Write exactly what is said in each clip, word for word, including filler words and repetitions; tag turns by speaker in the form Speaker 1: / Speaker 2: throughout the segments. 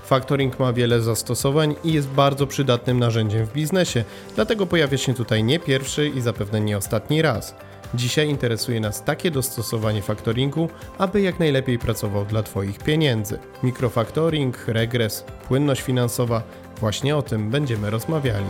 Speaker 1: Faktoring ma wiele zastosowań i jest bardzo przydatnym narzędziem w biznesie, dlatego pojawia się tutaj nie pierwszy i zapewne nie ostatni raz. Dzisiaj interesuje nas takie dostosowanie faktoringu, aby jak najlepiej pracował dla Twoich pieniędzy. Mikrofaktoring, regres, płynność finansowa, właśnie o tym będziemy rozmawiali.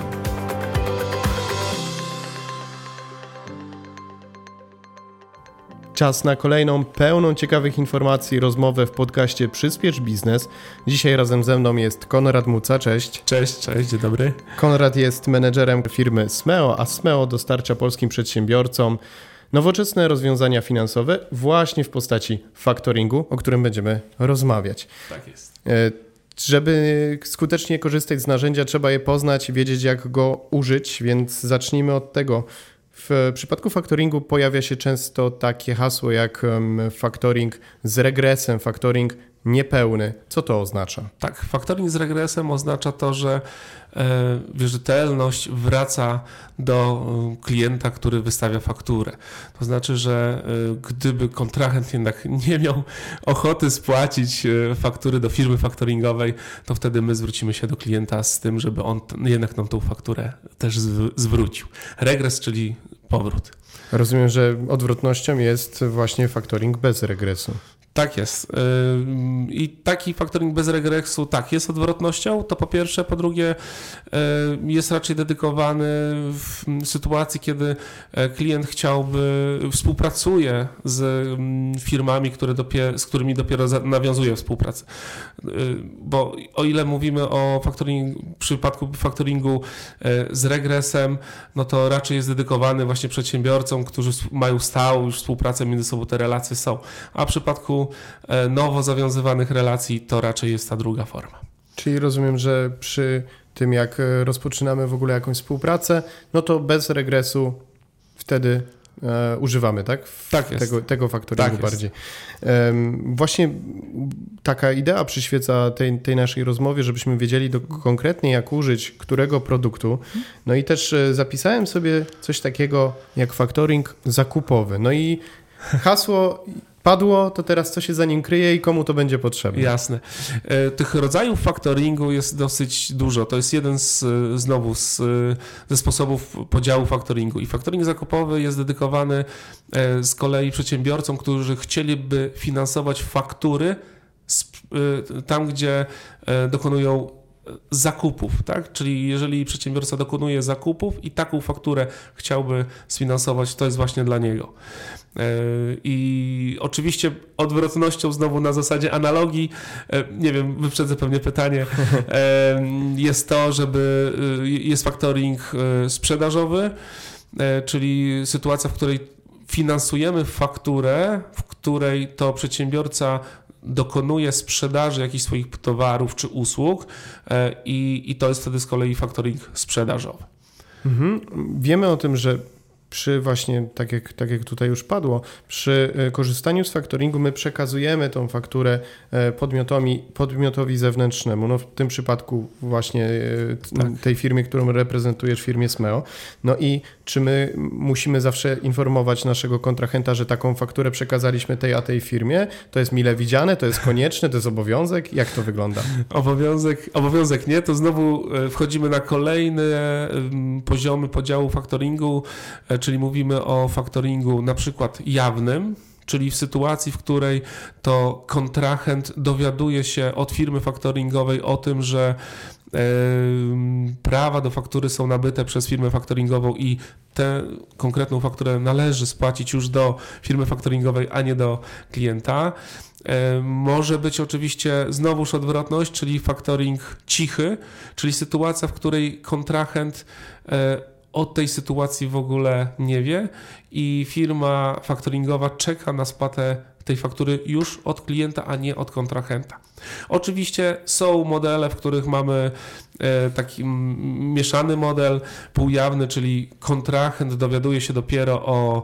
Speaker 1: Czas na kolejną, pełną ciekawych informacji rozmowę w podcaście Przyspiesz Biznes. Dzisiaj razem ze mną jest Konrad Muca, cześć.
Speaker 2: Cześć, cześć, dzień dobry.
Speaker 1: Konrad jest menedżerem firmy Smeo, a Smeo dostarcza polskim przedsiębiorcom nowoczesne rozwiązania finansowe właśnie w postaci faktoringu, o którym będziemy rozmawiać.
Speaker 2: Tak jest.
Speaker 1: Żeby skutecznie korzystać z narzędzia, trzeba je poznać i wiedzieć, jak go użyć, więc zacznijmy od tego. W przypadku faktoringu pojawia się często takie hasło jak faktoring z regresem, faktoring niepełny. Co to oznacza?
Speaker 2: Tak, faktoring z regresem oznacza to, że e, wierzytelność wraca do klienta, który wystawia fakturę. To znaczy, że e, gdyby kontrahent jednak nie miał ochoty spłacić e, faktury do firmy faktoringowej, to wtedy my zwrócimy się do klienta z tym, żeby on t- jednak nam tą fakturę też zw- zwrócił. Regres, czyli powrót.
Speaker 1: Rozumiem, że odwrotnością jest właśnie faktoring bez regresu.
Speaker 2: Tak jest. I taki faktoring bez regresu, tak, jest odwrotnością, to po pierwsze. Po drugie, jest raczej dedykowany w sytuacji, kiedy klient chciałby, współpracuje z firmami, które dopiero, z którymi dopiero nawiązuje współpracę. Bo o ile mówimy o faktoringu, w przypadku faktoringu z regresem, no to raczej jest dedykowany właśnie przedsiębiorcom, którzy mają stałą już współpracę, między sobą te relacje są. A w przypadku nowo zawiązywanych relacji to raczej jest ta druga forma.
Speaker 1: Czyli rozumiem, że przy tym jak rozpoczynamy w ogóle jakąś współpracę, no to bez regresu wtedy e, używamy, tak? W
Speaker 2: tak jest.
Speaker 1: Tego, tego faktoringu
Speaker 2: tak
Speaker 1: bardziej. E, właśnie taka idea przyświeca tej, tej naszej rozmowie, żebyśmy wiedzieli do, konkretnie jak użyć którego produktu. No i też zapisałem sobie coś takiego jak faktoring zakupowy. No i hasło padło, to teraz co się za nim kryje i komu to będzie potrzebne?
Speaker 2: Jasne. Tych rodzajów faktoringu jest dosyć dużo. To jest jeden z, znowu z, ze sposobów podziału faktoringu. I faktoring zakupowy jest dedykowany z kolei przedsiębiorcom, którzy chcieliby finansować faktury tam, gdzie dokonują zakupów, tak? Czyli jeżeli przedsiębiorca dokonuje zakupów i taką fakturę chciałby sfinansować, to jest właśnie dla niego. I oczywiście odwrotnością znowu na zasadzie analogii, nie wiem, wyprzedzę pewnie pytanie, jest to, żeby jest faktoring sprzedażowy, czyli sytuacja, w której finansujemy fakturę, w której to przedsiębiorca dokonuje sprzedaży jakichś swoich towarów czy usług i, i to jest wtedy z kolei faktoring sprzedażowy.
Speaker 1: Mhm. Wiemy o tym, że przy właśnie, tak jak, tak jak tutaj już padło, przy korzystaniu z faktoringu my przekazujemy tą fakturę podmiotowi, podmiotowi zewnętrznemu, no w tym przypadku właśnie tak. tej firmie, którą reprezentujesz, firmie Smeo. No i czy my musimy zawsze informować naszego kontrahenta, że taką fakturę przekazaliśmy tej a tej firmie? To jest mile widziane, to jest konieczne, to jest obowiązek? Jak to wygląda?
Speaker 2: Obowiązek, obowiązek nie, to znowu wchodzimy na kolejne poziomy podziału faktoringu, czyli mówimy o faktoringu na przykład jawnym, czyli w sytuacji, w której to kontrahent dowiaduje się od firmy faktoringowej o tym, że e, prawa do faktury są nabyte przez firmę faktoringową i tę konkretną fakturę należy spłacić już do firmy faktoringowej, a nie do klienta. E, może być oczywiście znowuż odwrotność, czyli faktoring cichy, czyli sytuacja, w której kontrahent e, o tej sytuacji w ogóle nie wie i firma faktoringowa czeka na spłatę tej faktury już od klienta, a nie od kontrahenta. Oczywiście są modele, w których mamy taki mieszany model półjawny, czyli kontrahent dowiaduje się dopiero o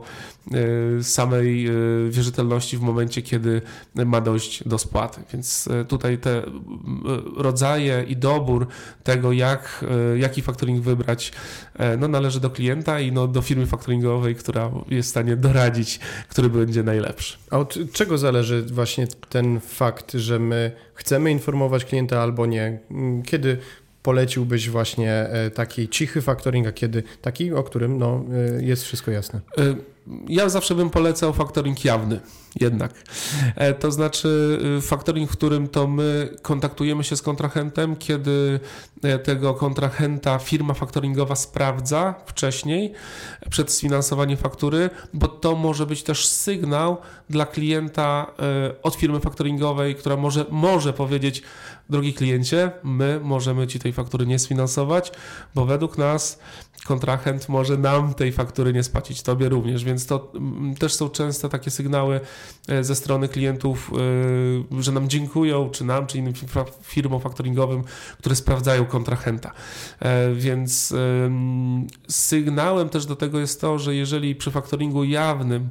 Speaker 2: samej wierzytelności w momencie, kiedy ma dojść do spłaty. Więc tutaj te rodzaje i dobór tego, jak, jaki faktoring wybrać, no należy do klienta i no do firmy faktoringowej, która jest w stanie doradzić, który będzie najlepszy.
Speaker 1: A od czego zależy właśnie ten fakt, że my chcemy informować klienta albo nie? Kiedy poleciłbyś właśnie taki cichy faktoring, a kiedy taki, o którym no, jest wszystko jasne?
Speaker 2: Ja zawsze bym polecał faktoring jawny jednak. To znaczy faktoring, w którym to my kontaktujemy się z kontrahentem, kiedy tego kontrahenta firma faktoringowa sprawdza wcześniej, przed sfinansowaniem faktury, bo to może być też sygnał dla klienta od firmy faktoringowej, która może, może powiedzieć: drogi kliencie, my możemy Ci tej faktury nie sfinansować, bo według nas kontrahent może nam tej faktury nie spłacić, Tobie również, więc to też są często takie sygnały ze strony klientów, że nam dziękują, czy nam, czy innym firmom faktoringowym, które sprawdzają kontrahenta. Więc sygnałem też do tego jest to, że jeżeli przy faktoringu jawnym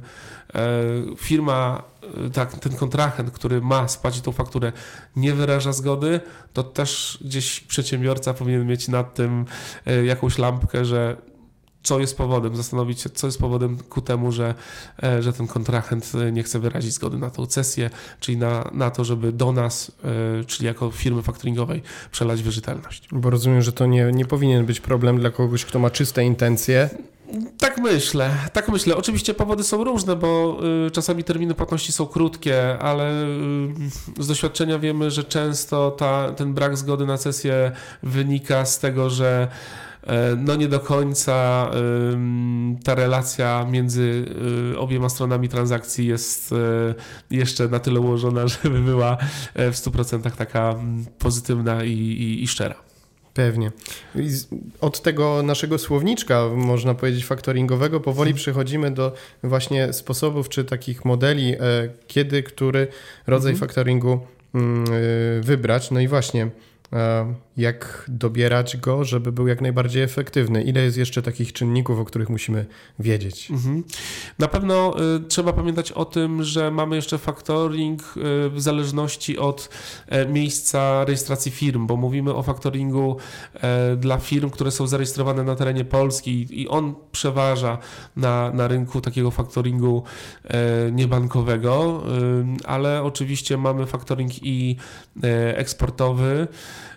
Speaker 2: firma, tak, ten kontrahent, który ma spłacić tą fakturę, nie wyraża zgody, to też gdzieś przedsiębiorca powinien mieć nad tym jakąś lampkę, że co jest powodem, zastanowić się, co jest powodem ku temu, że, że ten kontrahent nie chce wyrazić zgody na tą cesję, czyli na, na to, żeby do nas, czyli jako firmy faktoringowej, przelać wierzytelność.
Speaker 1: Bo rozumiem, że to nie, nie powinien być problem dla kogoś, kto ma czyste intencje.
Speaker 2: Tak myślę, tak myślę. Oczywiście powody są różne, bo y, czasami terminy płatności są krótkie, ale y, z doświadczenia wiemy, że często ta, ten brak zgody na cesję wynika z tego, że y, no nie do końca y, ta relacja między y, obiema stronami transakcji jest y, jeszcze na tyle ułożona, żeby była w stu procentach taka pozytywna i, i, i szczera.
Speaker 1: Pewnie. Od tego naszego słowniczka, można powiedzieć, faktoringowego, powoli przechodzimy do właśnie sposobów czy takich modeli, kiedy, który rodzaj mhm. faktoringu wybrać. No i właśnie, jak dobierać go, żeby był jak najbardziej efektywny? Ile jest jeszcze takich czynników, o których musimy wiedzieć?
Speaker 2: Mhm. Na pewno y, trzeba pamiętać o tym, że mamy jeszcze faktoring y, w zależności od y, miejsca rejestracji firm, bo mówimy o faktoringu y, dla firm, które są zarejestrowane na terenie Polski i on przeważa na, na rynku takiego faktoringu y, niebankowego, y, ale oczywiście mamy faktoring i y, eksportowy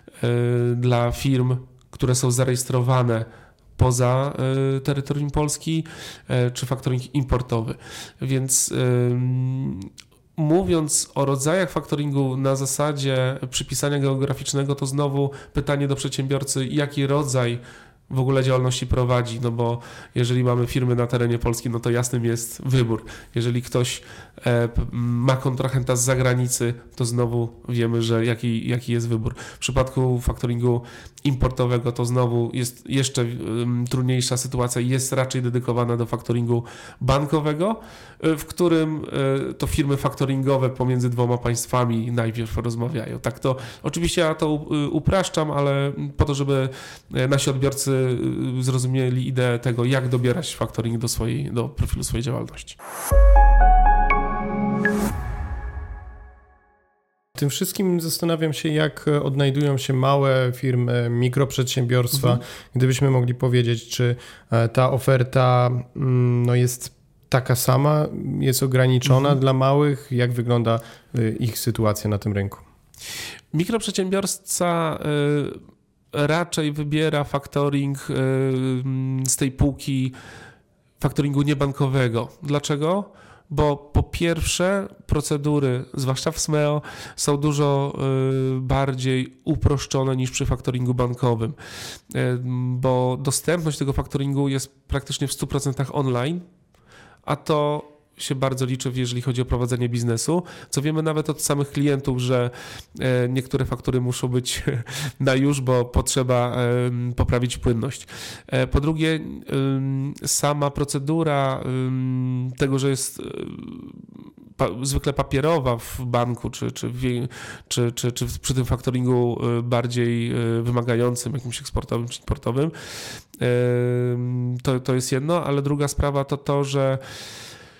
Speaker 2: dla firm, które są zarejestrowane poza terytorium Polski, czy faktoring importowy. Więc mówiąc o rodzajach faktoringu na zasadzie przypisania geograficznego, to znowu pytanie do przedsiębiorcy, jaki rodzaj w ogóle działalności prowadzi, no bo jeżeli mamy firmy na terenie Polski, no to jasnym jest wybór. Jeżeli ktoś e, ma kontrahenta z zagranicy, to znowu wiemy, że jaki, jaki jest wybór. W przypadku faktoringu importowego to znowu jest jeszcze um, trudniejsza sytuacja, jest raczej dedykowana do faktoringu bankowego, w którym e, to firmy faktoringowe pomiędzy dwoma państwami najpierw rozmawiają. Tak to oczywiście ja to upraszczam, ale po to, żeby nasi odbiorcy zrozumieli ideę tego, jak dobierać faktoring do swojej, do profilu swojej działalności.
Speaker 1: Tym wszystkim zastanawiam się, jak odnajdują się małe firmy, mikroprzedsiębiorstwa. Mhm. Gdybyśmy mogli powiedzieć, czy ta oferta no, jest taka sama, jest ograniczona mhm. dla małych? Jak wygląda ich sytuacja na tym rynku?
Speaker 2: Mikroprzedsiębiorca y- raczej wybiera faktoring z tej półki faktoringu niebankowego. Dlaczego? Bo po pierwsze procedury, zwłaszcza w S M E O, są dużo bardziej uproszczone niż przy faktoringu bankowym, bo dostępność tego faktoringu jest praktycznie w stu procentach online, a to się bardzo liczy, jeżeli chodzi o prowadzenie biznesu, co wiemy nawet od samych klientów, że niektóre faktury muszą być na już, bo potrzeba poprawić płynność. Po drugie, sama procedura tego, że jest zwykle papierowa w banku, czy, czy, czy, czy, czy przy tym faktoringu bardziej wymagającym, jakimś eksportowym czy importowym, to, to jest jedno, ale druga sprawa to to, że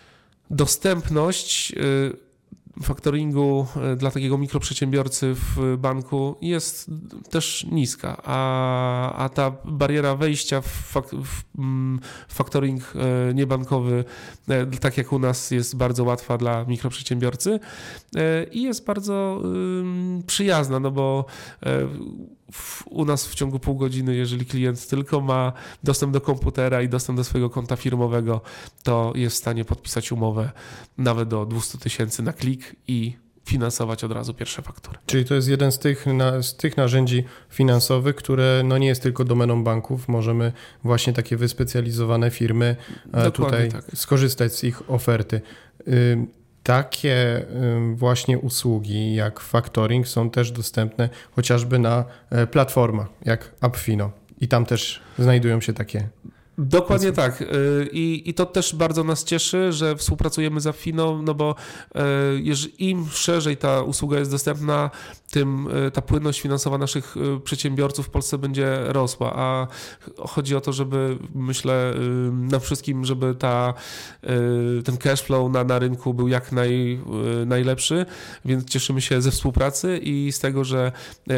Speaker 2: dostępność faktoringu dla takiego mikroprzedsiębiorcy w banku jest też niska, a, a ta bariera wejścia w, fak, w faktoring niebankowy, tak jak u nas, jest bardzo łatwa dla mikroprzedsiębiorcy i jest bardzo przyjazna, no bo w, u nas w ciągu pół godziny, jeżeli klient tylko ma dostęp do komputera i dostęp do swojego konta firmowego, to jest w stanie podpisać umowę nawet do dwieście tysięcy na klik i finansować od razu pierwsze faktury.
Speaker 1: Czyli to jest jeden z tych, na, z tych narzędzi finansowych, które no nie jest tylko domeną banków. Możemy właśnie takie wyspecjalizowane firmy Dokładnie tutaj tak. skorzystać z ich oferty. Y- Takie właśnie usługi jak factoring są też dostępne chociażby na platformach jak Appfino i tam też znajdują się takie.
Speaker 2: Dokładnie tak. I, I to też bardzo nas cieszy, że współpracujemy z Appfino, no bo im szerzej ta usługa jest dostępna, tym ta płynność finansowa naszych przedsiębiorców w Polsce będzie rosła, a chodzi o to, żeby, myślę, na wszystkim, żeby ta, ten cash flow na, na rynku był jak naj, najlepszy, więc cieszymy się ze współpracy i z tego, że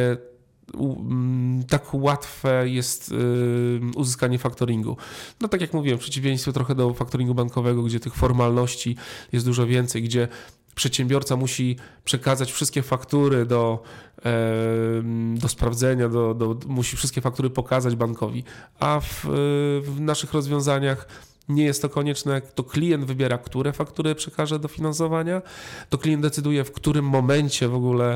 Speaker 2: tak łatwe jest uzyskanie faktoringu. No tak jak mówiłem, w przeciwieństwie trochę do faktoringu bankowego, gdzie tych formalności jest dużo więcej, gdzie przedsiębiorca musi przekazać wszystkie faktury do, do sprawdzenia, do, do, musi wszystkie faktury pokazać bankowi, a w, w naszych rozwiązaniach nie jest to konieczne, to klient wybiera, które faktury przekaże do finansowania, to klient decyduje, w którym momencie w ogóle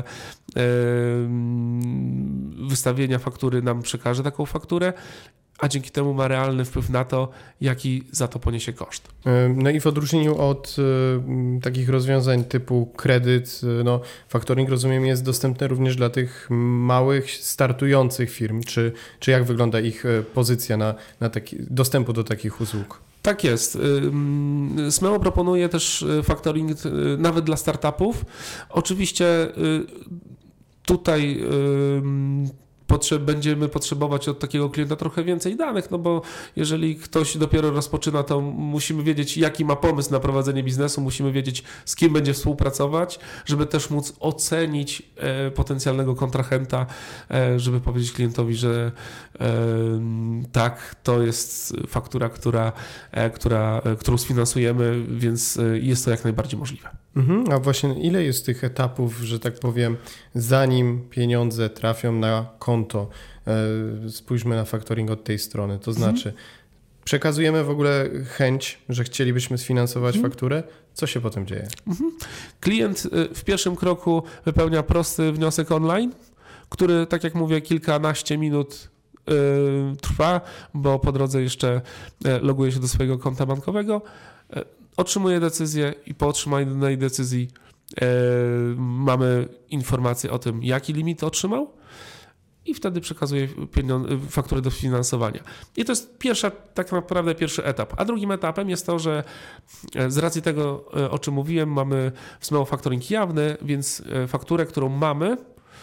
Speaker 2: wystawienia faktury nam przekaże taką fakturę, a dzięki temu ma realny wpływ na to, jaki za to poniesie koszt.
Speaker 1: No i w odróżnieniu od y, takich rozwiązań typu kredyt, y, no, faktoring, rozumiem, jest dostępny również dla tych małych, startujących firm. Czy, czy jak wygląda ich pozycja na, na taki, dostępu do takich usług?
Speaker 2: Tak jest. Smeo proponuje też faktoring nawet dla startupów. Oczywiście tutaj Potrze- będziemy potrzebować od takiego klienta trochę więcej danych, no bo jeżeli ktoś dopiero rozpoczyna, to musimy wiedzieć, jaki ma pomysł na prowadzenie biznesu, musimy wiedzieć, z kim będzie współpracować, żeby też móc ocenić e, potencjalnego kontrahenta, e, żeby powiedzieć klientowi, że e, tak, to jest faktura, która, e, która, e, którą sfinansujemy, więc e, jest to jak najbardziej możliwe.
Speaker 1: Mhm, a właśnie ile jest tych etapów, że tak powiem, zanim pieniądze trafią na konto? Spójrzmy na faktoring od tej strony, to znaczy mhm. przekazujemy w ogóle chęć, że chcielibyśmy sfinansować mhm. fakturę, co się potem dzieje? Mhm.
Speaker 2: Klient w pierwszym kroku wypełnia prosty wniosek online, który, tak jak mówię, kilkanaście minut trwa, bo po drodze jeszcze loguje się do swojego konta bankowego, otrzymuje decyzję i po otrzymanej decyzji e, mamy informację o tym, jaki limit otrzymał i wtedy przekazuje pieniądze, fakturę do finansowania. I to jest pierwsza, tak naprawdę pierwszy etap. A drugim etapem jest to, że z racji tego, o czym mówiłem, mamy w Smeo faktoring jawny, więc fakturę, którą mamy,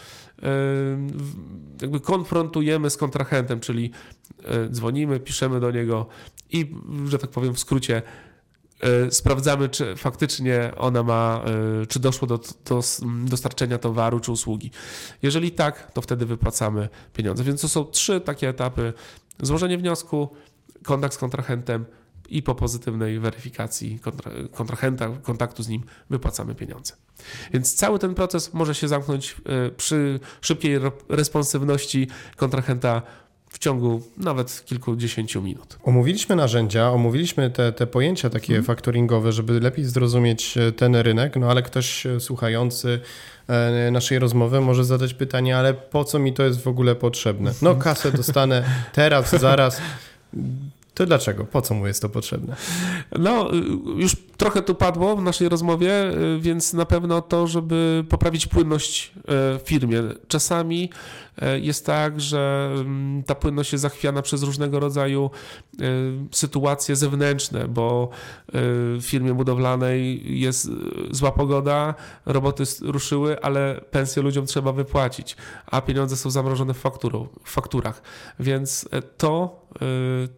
Speaker 2: jakby konfrontujemy z kontrahentem, czyli dzwonimy, piszemy do niego i, że tak powiem w skrócie, sprawdzamy, czy faktycznie ona ma, czy doszło do, do dostarczenia towaru czy usługi. Jeżeli tak, to wtedy wypłacamy pieniądze. Więc to są trzy takie etapy: złożenie wniosku, kontakt z kontrahentem i po pozytywnej weryfikacji kontra, kontrahenta, kontaktu z nim wypłacamy pieniądze. Więc cały ten proces może się zamknąć przy szybkiej responsywności kontrahenta w ciągu nawet kilkudziesięciu minut.
Speaker 1: Omówiliśmy narzędzia, omówiliśmy te, te pojęcia takie hmm. faktoringowe, żeby lepiej zrozumieć ten rynek, no ale ktoś słuchający naszej rozmowy może zadać pytanie, ale po co mi to jest w ogóle potrzebne? No kasę dostanę teraz, zaraz. To dlaczego? Po co mu jest to potrzebne?
Speaker 2: No, już trochę tu padło w naszej rozmowie, więc na pewno to, żeby poprawić płynność w firmie. Czasami jest tak, że ta płynność jest zachwiana przez różnego rodzaju sytuacje zewnętrzne, bo w firmie budowlanej jest zła pogoda, roboty ruszyły, ale pensje ludziom trzeba wypłacić, a pieniądze są zamrożone w, fakturą, w fakturach. Więc to, to jest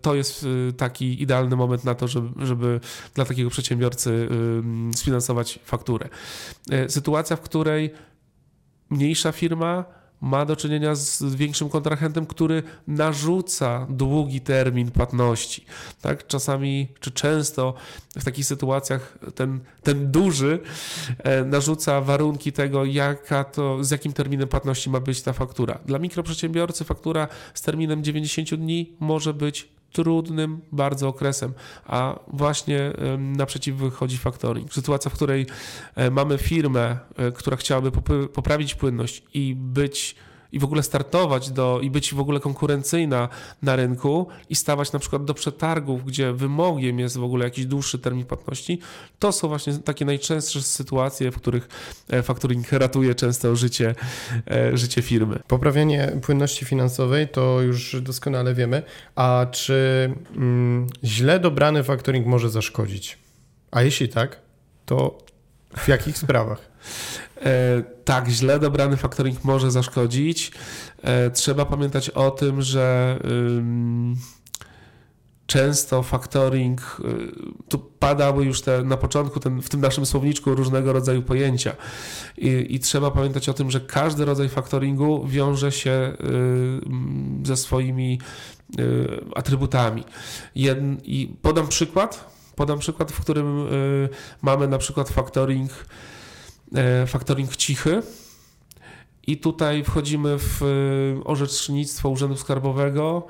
Speaker 2: taki idealny moment na to, żeby, żeby dla takiego przedsiębiorcy sfinansować fakturę. Sytuacja, w której mniejsza firma ma do czynienia z większym kontrahentem, który narzuca długi termin płatności. Tak? Czasami, czy często w takich sytuacjach ten, ten duży narzuca warunki tego, jaka to, z jakim terminem płatności ma być ta faktura. Dla mikroprzedsiębiorcy faktura z terminem dziewięćdziesiąt dni może być trudnym bardzo okresem, a właśnie naprzeciw wychodzi factoring. Sytuacja, w której mamy firmę, która chciałaby poprawić płynność i być i w ogóle startować do, i być w ogóle konkurencyjna na rynku i stawać na przykład do przetargów, gdzie wymogiem jest w ogóle jakiś dłuższy termin płatności, to są właśnie takie najczęstsze sytuacje, w których factoring ratuje często życie, życie firmy.
Speaker 1: Poprawianie płynności finansowej to już doskonale wiemy, a czy mm, źle dobrany factoring może zaszkodzić? A jeśli tak, to w jakich sprawach?
Speaker 2: E, tak, źle dobrany factoring może zaszkodzić. E, trzeba pamiętać o tym, że ym, często factoring, y, tu padały już te, na początku ten, w tym naszym słowniczku różnego rodzaju pojęcia I, i trzeba pamiętać o tym, że każdy rodzaj factoringu wiąże się y, ze swoimi y, atrybutami. Jed, I podam przykład, podam przykład, w którym y, mamy na przykład factoring Faktoring cichy i tutaj wchodzimy w orzecznictwo Urzędu Skarbowego,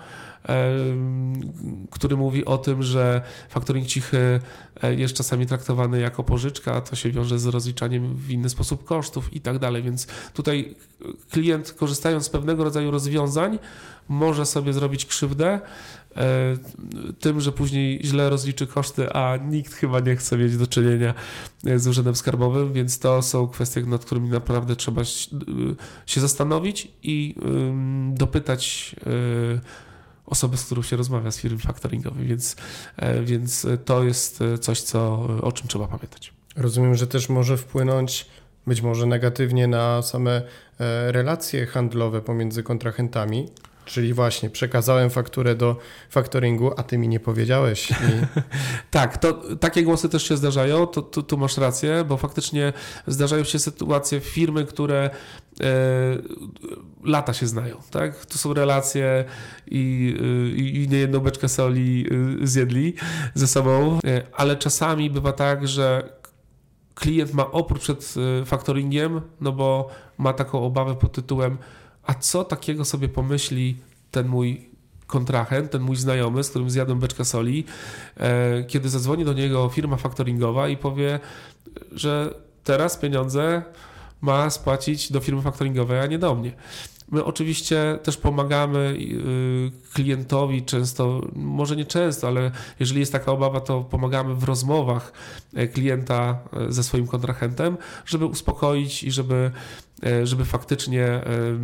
Speaker 2: który mówi o tym, że faktoring cichy jest czasami traktowany jako pożyczka, a to się wiąże z rozliczaniem w inny sposób kosztów i tak dalej, więc tutaj klient, korzystając z pewnego rodzaju rozwiązań, może sobie zrobić krzywdę tym, że później źle rozliczy koszty, a nikt chyba nie chce mieć do czynienia z Urzędem Skarbowym, więc to są kwestie, nad którymi naprawdę trzeba się zastanowić i dopytać osoby, z którą się rozmawia z firmy faktoringowej, więc, więc to jest coś, co, o czym trzeba pamiętać.
Speaker 1: Rozumiem, że też może wpłynąć być może negatywnie na same relacje handlowe pomiędzy kontrahentami, czyli właśnie przekazałem fakturę do faktoringu, a ty mi nie powiedziałeś. I...
Speaker 2: tak, to, takie głosy też się zdarzają, to, to, tu masz rację, bo faktycznie zdarzają się sytuacje firmy, które e, lata się znają, tak? To są relacje i, i, i niejedną beczkę soli zjedli ze sobą, ale czasami bywa tak, że klient ma opór przed faktoringiem, no bo ma taką obawę pod tytułem: a co takiego sobie pomyśli ten mój kontrahent, ten mój znajomy, z którym zjadłem beczkę soli, kiedy zadzwoni do niego firma faktoringowa i powie, że teraz pieniądze ma spłacić do firmy faktoringowej, a nie do mnie. My oczywiście też pomagamy klientowi często, może nie często, ale jeżeli jest taka obawa, to pomagamy w rozmowach klienta ze swoim kontrahentem, żeby uspokoić i żeby, żeby faktycznie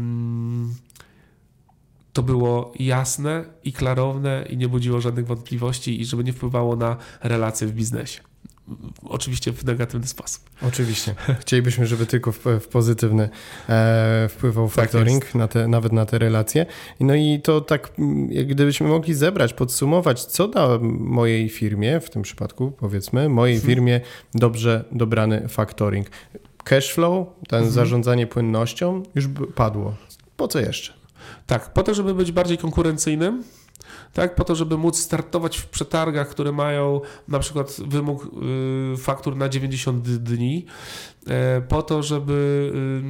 Speaker 2: to było jasne i klarowne i nie budziło żadnych wątpliwości i żeby nie wpływało na relacje w biznesie. Oczywiście w negatywny sposób.
Speaker 1: Oczywiście. Chcielibyśmy, żeby tylko w, w pozytywny e, wpływał factoring, tak na te, nawet na te relacje. No i to tak, jak gdybyśmy mogli zebrać, podsumować, co da mojej firmie, w tym przypadku powiedzmy, mojej hmm. firmie dobrze dobrany factoring. Cashflow, ten hmm. zarządzanie płynnością już padło. Po co jeszcze?
Speaker 2: Tak, po to, żeby być bardziej konkurencyjnym, tak, po to, żeby móc startować w przetargach, które mają na przykład wymóg y, faktur na dziewięćdziesiąt dni, y, po to, żeby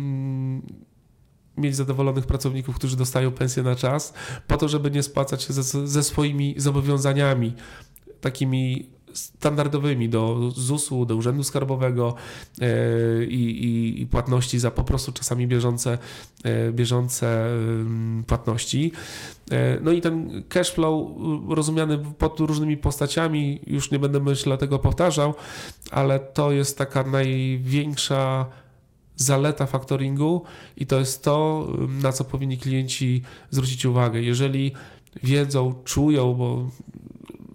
Speaker 2: y, mieć zadowolonych pracowników, którzy dostają pensję na czas, po to, żeby nie spłacać się ze, ze swoimi zobowiązaniami takimi standardowymi do zusu, do Urzędu Skarbowego yy, i, i płatności za po prostu czasami bieżące, yy, bieżące yy, płatności. Yy, no i ten cash flow rozumiany pod różnymi postaciami, już nie będę myślę tego powtarzał, ale to jest taka największa zaleta factoringu i to jest to, na co powinni klienci zwrócić uwagę. Jeżeli wiedzą, czują, bo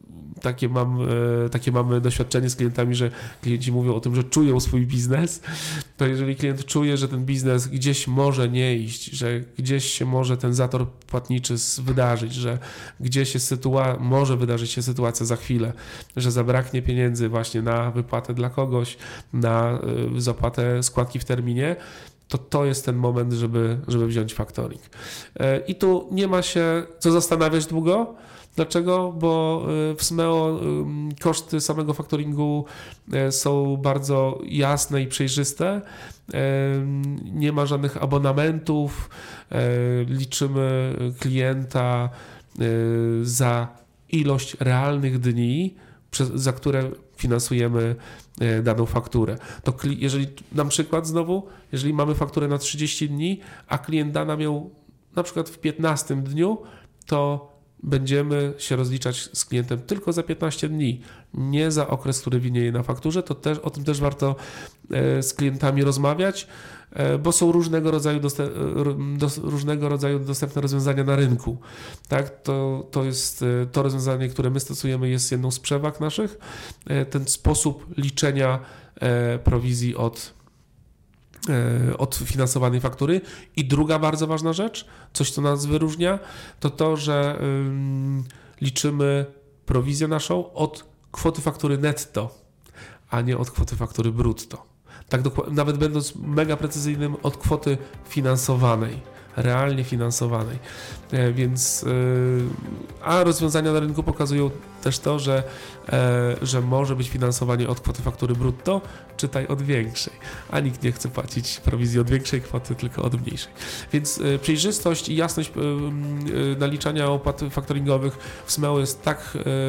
Speaker 2: takie, mam, takie mamy doświadczenie z klientami, że klienci mówią o tym, że czują swój biznes, to jeżeli klient czuje, że ten biznes gdzieś może nie iść, że gdzieś się może ten zator płatniczy wydarzyć, że gdzieś jest sytuacja, może wydarzyć się sytuacja za chwilę, że zabraknie pieniędzy właśnie na wypłatę dla kogoś, na zapłatę składki w terminie, to to jest ten moment, żeby, żeby wziąć faktoring. I tu nie ma się co zastanawiać długo. Dlaczego? Bo w Smeo koszty samego faktoringu są bardzo jasne i przejrzyste. Nie ma żadnych abonamentów. Liczymy klienta za ilość realnych dni, za które finansujemy daną fakturę. To jeżeli, na przykład znowu, jeżeli mamy fakturę na trzydzieści dni, a klient da nam ją na przykład w piętnastym dniu, to będziemy się rozliczać z klientem tylko za piętnaście dni, nie za okres, który winieje na fakturze. To też, o tym też warto z klientami rozmawiać, bo są różnego rodzaju, dostęp, różnego rodzaju dostępne rozwiązania na rynku. Tak? To, to jest to rozwiązanie, które my stosujemy, jest jedną z przewag naszych. Ten sposób liczenia prowizji od od finansowanej faktury. I druga bardzo ważna rzecz, coś co nas wyróżnia, to to, że ym, liczymy prowizję naszą od kwoty faktury netto, a nie od kwoty faktury brutto. Tak dokładnie, nawet będąc mega precyzyjnym, od kwoty finansowanej, realnie finansowanej. E, więc e, a rozwiązania na rynku pokazują też to, że, e, że może być finansowanie od kwoty faktury brutto, czytaj od większej, a nikt nie chce płacić prowizji od większej kwoty, tylko od mniejszej. Więc e, przejrzystość i jasność e, e, naliczania opłat faktoringowych w Smeo jest tak e,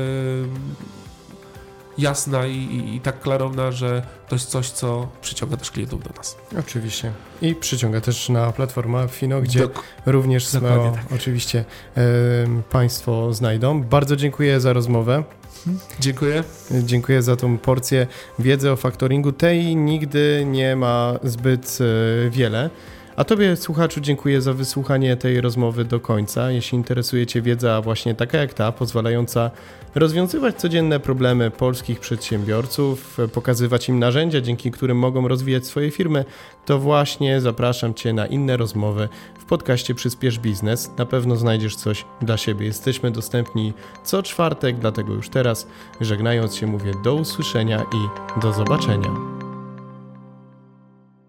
Speaker 2: jasna i, i, i tak klarowna, że to jest coś, co przyciąga też klientów do nas.
Speaker 1: Oczywiście. I przyciąga też na platformę Fino, gdzie Dok- również Smeo tak. oczywiście e, Państwo znajdą. Bardzo dziękuję za rozmowę.
Speaker 2: Dziękuję.
Speaker 1: Dziękuję za tą porcję wiedzy o faktoringu. Tej nigdy nie ma zbyt e, wiele. A Tobie, słuchaczu, dziękuję za wysłuchanie tej rozmowy do końca. Jeśli interesuje Cię wiedza właśnie taka jak ta, pozwalająca rozwiązywać codzienne problemy polskich przedsiębiorców, pokazywać im narzędzia, dzięki którym mogą rozwijać swoje firmy, to właśnie zapraszam Cię na inne rozmowy w podcaście Przyspiesz Biznes. Na pewno znajdziesz coś dla siebie. Jesteśmy dostępni co czwartek, dlatego już teraz, żegnając się, mówię do usłyszenia i do zobaczenia.